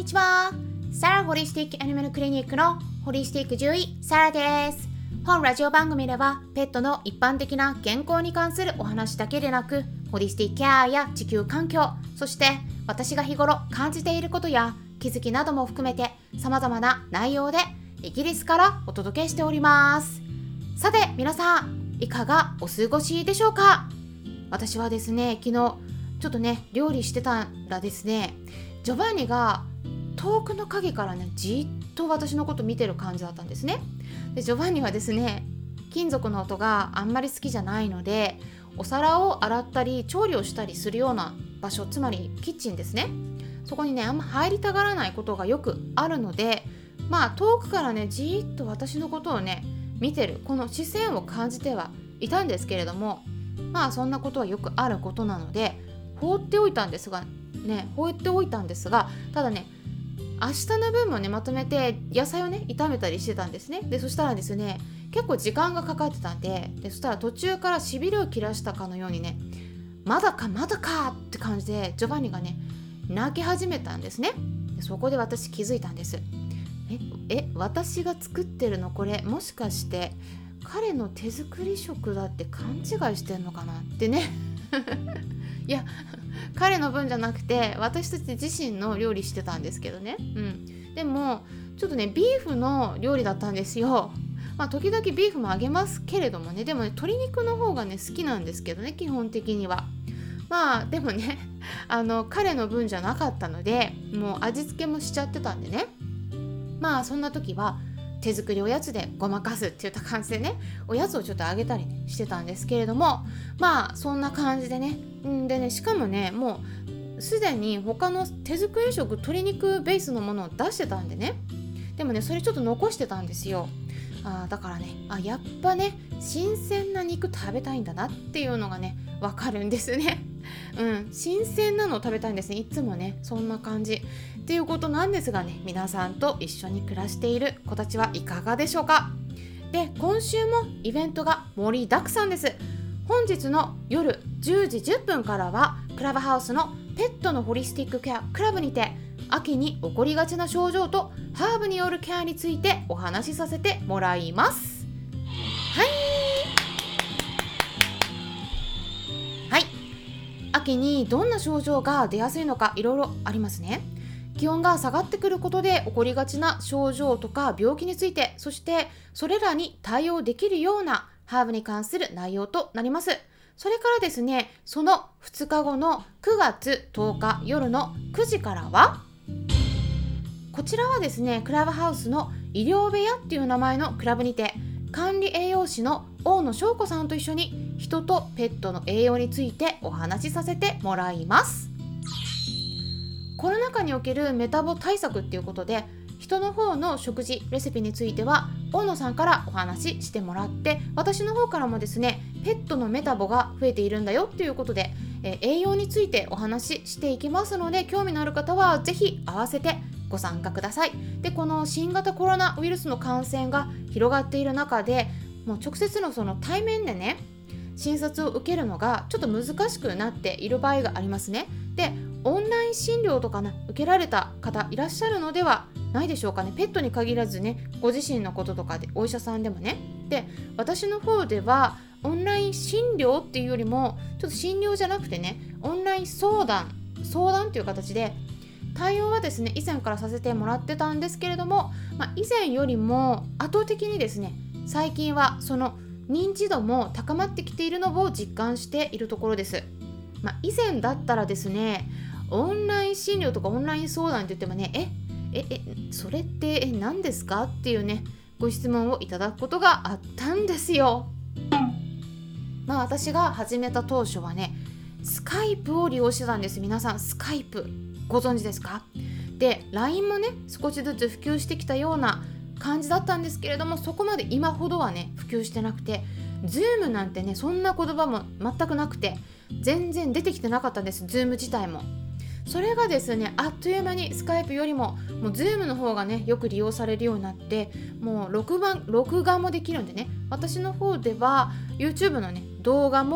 にちは。サラホリスティックアニマルクリニックのホリスティック獣医サラです。本ラジオ番組ではペットの一般的な健康に関するお話だけでなく、ホリスティックケアや地球環境、そして私が日頃感じていることや気づきなども含めて様々な内容でイギリスからお届けしております。さて皆さん、いかがお過ごしでしょうか？私はですね、昨日ちょっとね料理してたらですね、ジョバンニが遠くの影からねじっと私のこと見てる感じだったんですね。でジョバンニはですね、金属の音があんまり好きじゃないので、お皿を洗ったり調理をしたりするような場所、つまりキッチンですね、そこにねあんま入りたがらないことがよくあるので、遠くからねじっと私のことをね見てるこの視線を感じてはいたんですけれども、そんなことはよくあることなので放っておいたんですが、ただね明日の分もねまとめて野菜をね炒めたりしてたんですね。でそしたらですね、結構時間がかかってたんで、そしたら途中からしびれを切らしたかのようにね、まだかって感じでジョバンニがね泣き始めたんですね。でそこで私気づいたんです。私が作ってるのこれもしかして彼の手作り食だって勘違いしてんのかなってねいや彼の分じゃなくて私たち自身の料理してたんですけどね、でもちょっとねビーフの料理だったんですよ。時々ビーフもあげますけれどもね、でもね鶏肉の方がね好きなんですけどね、基本的には。でもね彼の分じゃなかったので、もう味付けもしちゃってたんでね、そんな時は手作りおやつでごまかすっていった感じでね、おやつをちょっとあげたり、ね、してたんですけれども、そんな感じでね、でねしかもねもうすでに他の手作り食鶏肉ベースのものを出してたんでね、でもねそれちょっと残してたんですよ。だからねやっぱね新鮮な肉食べたいんだなっていうのがねわかるんですね。新鮮なのを食べたいんですね、いつもねそんな感じっていうことなんですがね、皆さんと一緒に暮らしている子たちはいかがでしょうか？で今週もイベントが盛りだくさんです。本日の夜10時10分からはクラブハウスのペットのホリスティックケアクラブにて、秋に起こりがちな症状とハーブによるケアについてお話しさせてもらいます。秋にどんな症状が出やすいのかいろいろありますね。気温が下がってくることで起こりがちな症状とか病気について、そしてそれらに対応できるようなハーブに関する内容となります。それからですね、その2日後の9月10日夜の9時からは、こちらはですねクラブハウスの医療部屋っていう名前のクラブにて、管理栄養士の大野翔子さんと一緒に人とペットの栄養についてお話しさせてもらいます。コロナ禍におけるメタボ対策っていうことで、人の方の食事レシピについては大野さんからお話ししてもらって、私の方からもですねペットのメタボが増えているんだよっていうことで、栄養についてお話ししていきますので、興味のある方はぜひ合わせてご参加ください。でこの新型コロナウイルスの感染が広がっている中で、もう直接のその対面でね診察を受けるのがちょっと難しくなっている場合がありますね。でオンライン診療とかね受けられた方いらっしゃるのではないでしょうかね。ペットに限らずね、ご自身のこととかでお医者さんでもね。で私の方ではオンライン診療っていうよりもちょっと診療じゃなくてね、オンライン相談という形で対応はですね以前からさせてもらってたんですけれども、以前よりも圧倒的にですね最近はその認知度も高まってきているのを実感しているところです。以前だったらですね、オンライン診療とかオンライン相談って言ってもね、それって何ですかっていうねご質問をいただくことがあったんですよ。私が始めた当初はねスカイプを利用してたんです。皆さんスカイプご存知ですか？で LINE もね少しずつ普及してきたような感じだったんですけれども、そこまで今ほどはね普及してなくて、 Zoom なんてねそんな言葉も全くなくて全然出てきてなかったんです。 Zoom 自体も。それがですねあっという間にスカイプよりもZoom の方がねよく利用されるようになって、もう録画もできるんでね、私の方では YouTube のね動画も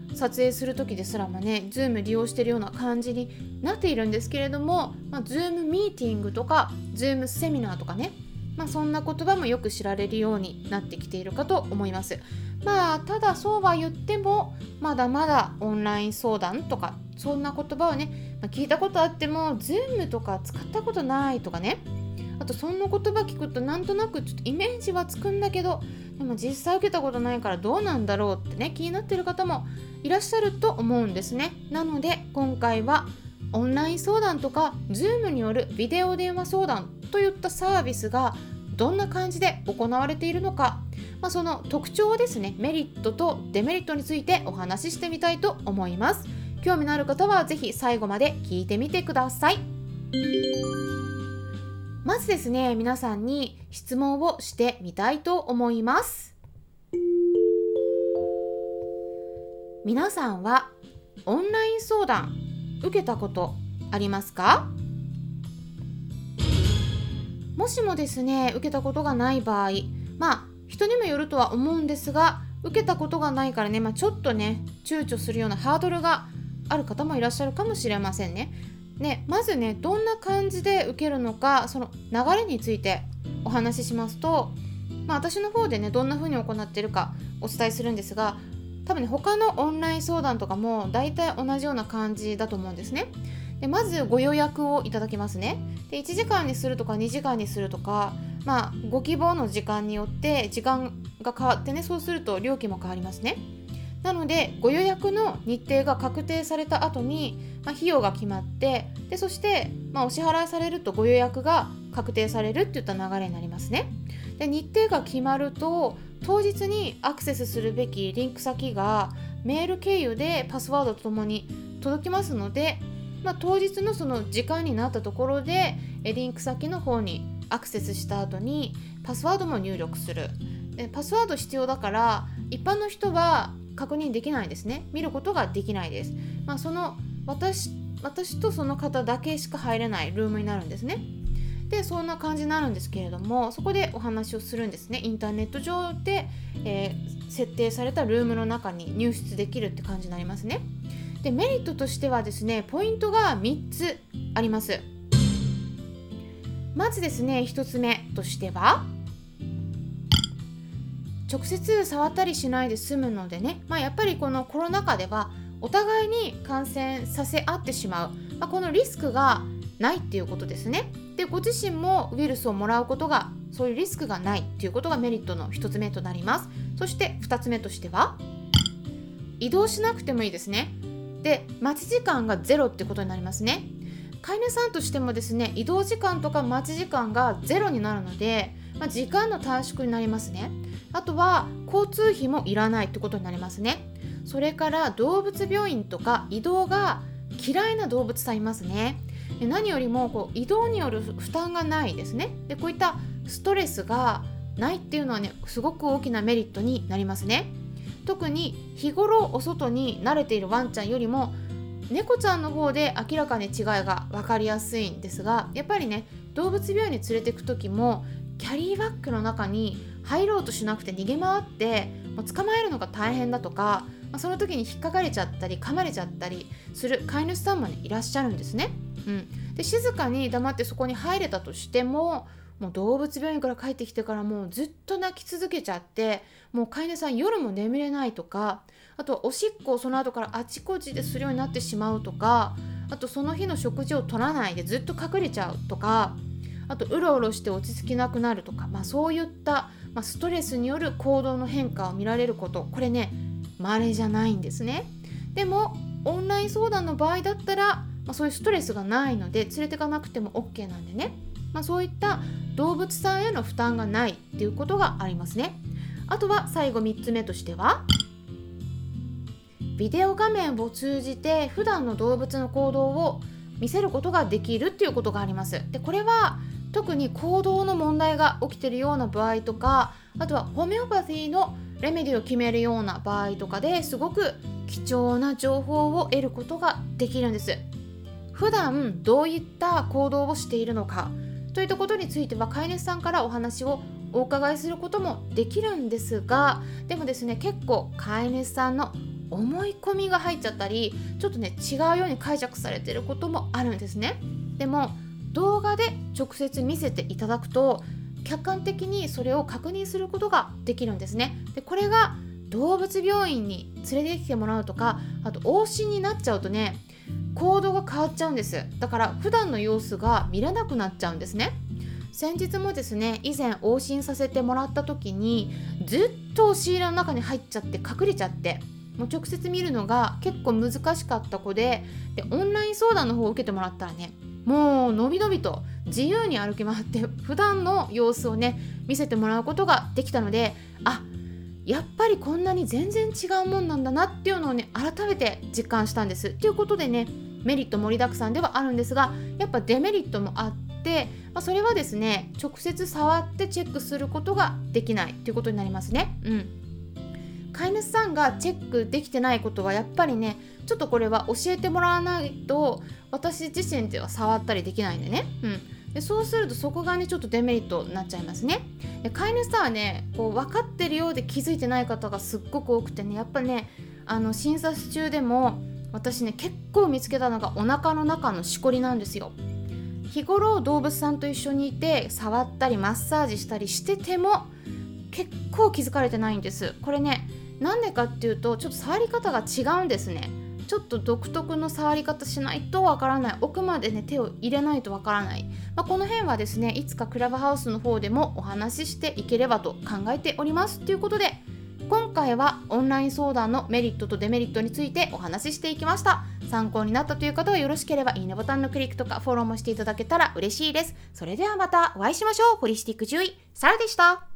撮影する時ですらもね Zoom 利用しているような感じになっているんですけれども、Zoom ミーティングとか Zoom セミナーとかね、そんな言葉もよく知られるようになってきているかと思います。ただそうは言ってもまだまだオンライン相談とかそんな言葉をね、聞いたことあっても Zoom とか使ったことないとかね、あとそんな言葉聞くとなんとなくちょっとイメージはつくんだけど、でも実際受けたことないからどうなんだろうってね気になってる方もいらっしゃると思うんですね。なので今回はオンライン相談とか Zoom によるビデオ電話相談といったサービスがどんな感じで行われているのか、その特徴ですね、メリットとデメリットについてお話ししてみたいと思います。興味のある方はぜひ最後まで聞いてみてください。まずですね、皆さんに質問をしてみたいと思います。皆さんはオンライン相談受けたことありますか？もしもですね、受けたことがない場合、人にもよるとは思うんですが、受けたことがないからね、ちょっとね、躊躇するようなハードルがある方もいらっしゃるかもしれませんね。まずね、どんな感じで受けるのか、その流れについてお話ししますと、私の方でね、どんな風に行っているかお伝えするんですが、多分ね、他のオンライン相談とかも大体同じような感じだと思うんですね。でまずご予約をいただきますね。で1時間にするとか2時間にするとか、ご希望の時間によって時間が変わってね、そうすると料金も変わりますね。なのでご予約の日程が確定された後に、費用が決まって、でそして、お支払いされるとご予約が確定されるっていった流れになりますね。で日程が決まると当日にアクセスするべきリンク先がメール経由でパスワードとともに届きますので、当日のその時間になったところでリンク先の方にアクセスした後にパスワードも入力する。でパスワード必要だから一般の人は確認できないですね。見ることができないです。その私とその方だけしか入れないルームになるんですね。でそんな感じになるんですけれども、そこでお話をするんですね。インターネット上で、設定されたルームの中に入室できるって感じになりますね。でメリットとしてはですね、ポイントが3つあります。まずですね、1つ目としては直接触ったりしないで済むのでね、やっぱりこのコロナ禍ではお互いに感染させ合ってしまう、このリスクがないっていうことですね。でご自身もウイルスをもらうことが、そういうリスクがないっていうことがメリットの1つ目となります。そして2つ目としては移動しなくてもいいですね。で待ち時間がゼロってことになりますね。飼い主さんとしてもですね、移動時間とか待ち時間がゼロになるので、時間の短縮になりますね。あとは交通費もいらないってことになりますね。それから動物病院とか移動が嫌いな動物さんいますね。で何よりも移動による負担がないですね。でこういったストレスがないっていうのはね、すごく大きなメリットになりますね。特に日頃お外に慣れているワンちゃんよりも猫ちゃんの方で明らかに違いが分かりやすいんですが、やっぱりね、動物病院に連れて行く時もキャリーバッグの中に入ろうとしなくて逃げ回ってもう捕まえるのが大変だとか、その時に引っかかれちゃったり噛まれちゃったりする飼い主さんも、いらっしゃるんですね。で静かに黙ってそこに入れたとしても、もう動物病院から帰ってきてからもうずっと泣き続けちゃって、もう飼い主さん夜も眠れないとか、あとおしっこをその後からあちこちでするようになってしまうとか、あとその日の食事を取らないでずっと隠れちゃうとか、あとうろうろして落ち着きなくなるとか、そういった、ストレスによる行動の変化を見られること、これね、稀じゃないんですね。でもオンライン相談の場合だったら、そういうストレスがないので連れてかなくても OK なんでね、そういった動物さんへの負担がないっていうことがありますね。あとは最後3つ目としては、ビデオ画面を通じて普段の動物の行動を見せることができるっていうことがあります。でこれは特に行動の問題が起きているような場合とか、あとはホメオパシーのレメディを決めるような場合とかですごく貴重な情報を得ることができるんです。普段どういった行動をしているのかといったことについては飼い主さんからお話をお伺いすることもできるんですが、でもですね、結構飼い主さんの思い込みが入っちゃったり、ちょっとね違うように解釈されていることもあるんですね。でも動画で直接見せていただくと客観的にそれを確認することができるんですね。でこれが動物病院に連れてきてもらうとか、あと往診になっちゃうとね行動が変わっちゃうんです。だから普段の様子が見れなくなっちゃうんですね。先日もですね、以前往診させてもらった時にずっと押し入れの中に入っちゃって隠れちゃって、もう直接見るのが結構難しかった子で、オンライン相談の方を受けてもらったらね、もうのびのびと自由に歩き回って普段の様子をね見せてもらうことができたので、やっぱりこんなに全然違うもんなんだなっていうのをね改めて実感したんです。ということでね、メリット盛りだくさんではあるんですが、やっぱデメリットもあって、それはですね直接触ってチェックすることができないということになりますね。飼い主さんがチェックできてないことはやっぱりね、ちょっとこれは教えてもらわないと私自身では触ったりできないんでね。でそうするとそこがねちょっとデメリットになっちゃいますね。で飼い主さんはねこう分かってるようで気づいてない方がすっごく多くてね、やっぱりね診察中でも私ね結構見つけたのがお腹の中のしこりなんですよ。日頃動物さんと一緒にいて触ったりマッサージしたりしてても結構気づかれてないんです。これねなんでかっていうとちょっと触り方が違うんですね。ちょっと独特の触り方しないとわからない、奥までね手を入れないとわからない、この辺はですねいつかクラブハウスの方でもお話ししていければと考えておりますということで、今回はオンライン相談のメリットとデメリットについてお話ししていきました。参考になったという方はよろしければいいねボタンのクリックとかフォローもしていただけたら嬉しいです。それではまたお会いしましょう。ホリスティック獣医サラでした。